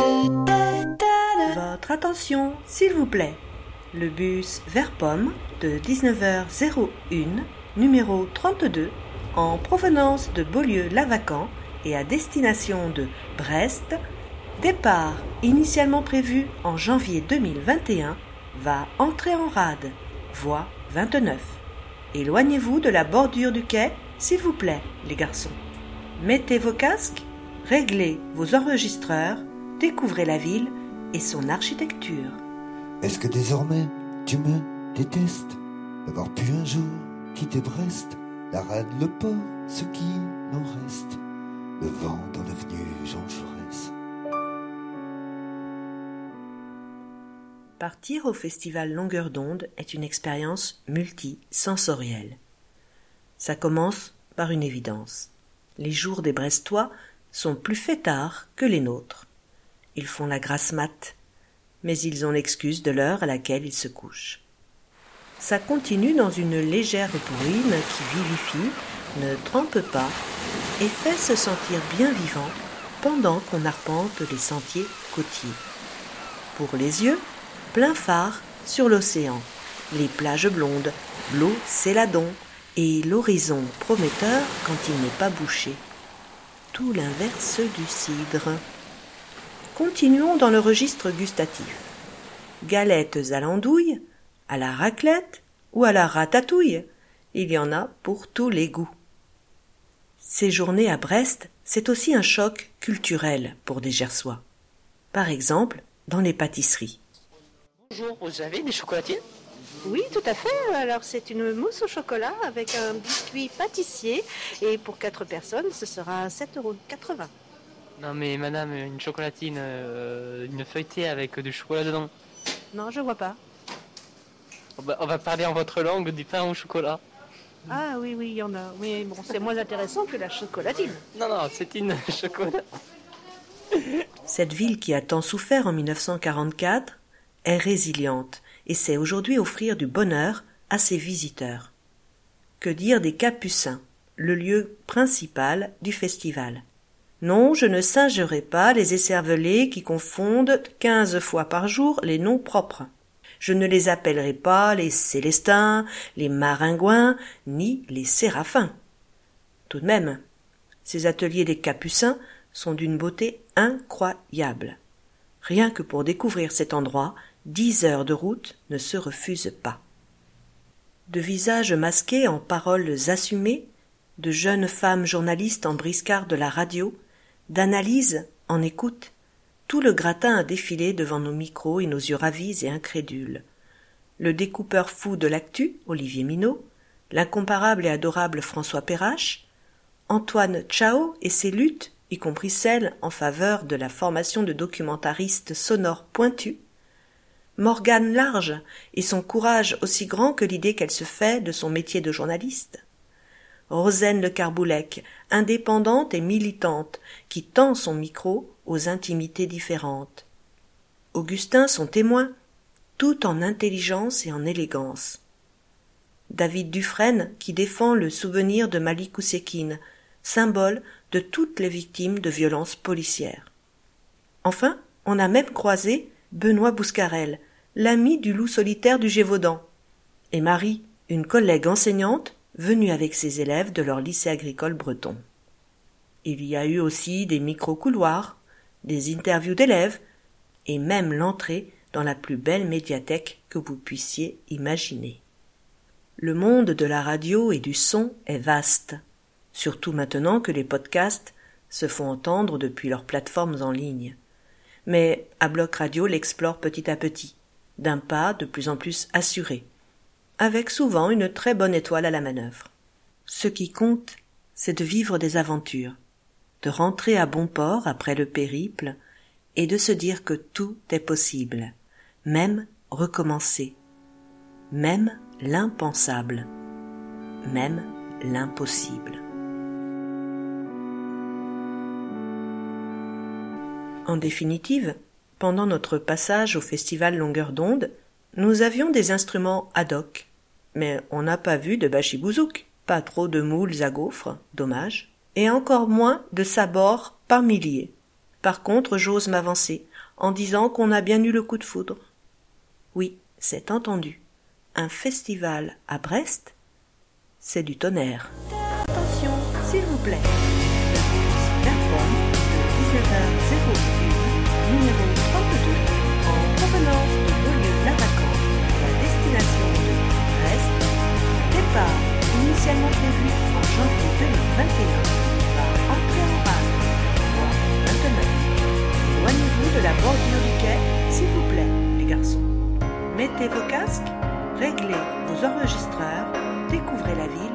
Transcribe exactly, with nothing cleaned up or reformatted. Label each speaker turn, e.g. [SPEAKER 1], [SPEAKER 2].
[SPEAKER 1] Votre attention, s'il vous plaît. Le bus vers Pomme de dix-neuf heures une, numéro trente-deux, en provenance de Beaulieu-Lavacan et à destination de Brest, départ initialement prévu en janvier deux mille vingt et un, va entrer en rade, voie vingt-neuf. Éloignez-vous de la bordure du quai, s'il vous plaît, les garçons. Mettez vos casques, réglez vos enregistreurs, découvrez la ville et son architecture.
[SPEAKER 2] Est-ce que désormais tu me détestes d'avoir pu un jour quitter Brest, la rade, le port, ce qui n'en reste, le vent dans l'avenue Jean Jaurès.
[SPEAKER 1] Partir au festival Longueur d'onde est une expérience multisensorielle. Ça commence par une évidence. Les jours des Brestois sont plus fêtards que les nôtres. Ils font la grasse mat, mais ils ont l'excuse de l'heure à laquelle ils se couchent. Ça continue dans une légère bruine qui vivifie, ne trempe pas et fait se sentir bien vivant pendant qu'on arpente les sentiers côtiers. Pour les yeux, plein phare sur l'océan, les plages blondes, l'eau céladon et l'horizon prometteur quand il n'est pas bouché. Tout l'inverse du cidre. Continuons dans le registre gustatif. Galettes à l'andouille, à la raclette ou à la ratatouille, il y en a pour tous les goûts. Séjourner à Brest, c'est aussi un choc culturel pour des Gersois. Par exemple, dans les pâtisseries.
[SPEAKER 3] Bonjour, vous avez des chocolatiers ?
[SPEAKER 4] Oui, tout à fait. Alors, c'est une mousse au chocolat avec un biscuit pâtissier. Et pour quatre personnes, ce sera sept euros quatre-vingts.
[SPEAKER 3] Non mais madame, une chocolatine, euh, une feuilletée avec du chocolat dedans.
[SPEAKER 4] Non, je vois pas.
[SPEAKER 3] On va, on va parler en votre langue du pain au chocolat.
[SPEAKER 4] Ah oui, oui, il y en a. Mais bon, c'est moins intéressant que la chocolatine.
[SPEAKER 3] Non, non, c'est une chocolat.
[SPEAKER 1] Cette ville qui a tant souffert en mille neuf cent quarante-quatre est résiliente et sait aujourd'hui offrir du bonheur à ses visiteurs. Que dire des Capucins, le lieu principal du festival? Non, je ne singerai pas les écervelés qui confondent quinze fois par jour les noms propres. Je ne les appellerai pas les Célestins, les Maringouins, ni les Séraphins. Tout de même, ces ateliers des Capucins sont d'une beauté incroyable. Rien que pour découvrir cet endroit, dix heures de route ne se refusent pas. De visages masqués en paroles assumées, de jeunes femmes journalistes en briscard de la radio, d'analyse en écoute, tout le gratin a défilé devant nos micros et nos yeux ravis et incrédules. Le découpeur fou de l'actu, Olivier Minot, l'incomparable et adorable François Perrache, Antoine Chao et ses luttes, y compris celles en faveur de la formation de documentaristes sonores pointus, Morgane Large et son courage aussi grand que l'idée qu'elle se fait de son métier de journaliste, Rosaine Le Carboulec, indépendante et militante, qui tend son micro aux intimités différentes. Augustin, son témoin, tout en intelligence et en élégance. David Dufresne, qui défend le souvenir de Malik Oussekine, symbole de toutes les victimes de violences policières. Enfin, on a même croisé Benoît Bouscarel, l'ami du loup solitaire du Gévaudan, et Marie, une collègue enseignante, venue avec ses élèves de leur lycée agricole breton. Il y a eu aussi des micro-couloirs, des interviews d'élèves, et même l'entrée dans la plus belle médiathèque que vous puissiez imaginer. Le monde de la radio et du son est vaste, surtout maintenant que les podcasts se font entendre depuis leurs plateformes en ligne. Mais à Bloc Radio l'explore petit à petit, d'un pas de plus en plus assuré, avec souvent une très bonne étoile à la manœuvre. Ce qui compte, c'est de vivre des aventures, de rentrer à bon port après le périple et de se dire que tout est possible, même recommencer, même l'impensable, même l'impossible. En définitive, pendant notre passage au festival Longueur d'onde, nous avions des instruments ad hoc, mais on n'a pas vu de bachibouzouk, pas trop de moules à gaufres, dommage, et encore moins de sabords par milliers. Par contre, j'ose m'avancer, en disant qu'on a bien eu le coup de foudre. Oui, c'est entendu. Un festival à Brest, c'est du tonnerre. Attention, s'il vous plaît. Carbone de dix-neuf heures un, numéro trente-deux, en provenance de Beaulieu-la-Vacante à la destination de Brest. Départ initialement prévu en janvier deux mille vingt et un par entrée en rade, voie vingt-neuf. Éloignez-vous de la bordure du quai, s'il vous plaît, les garçons. Mettez vos casques, réglez vos enregistreurs, découvrez la ville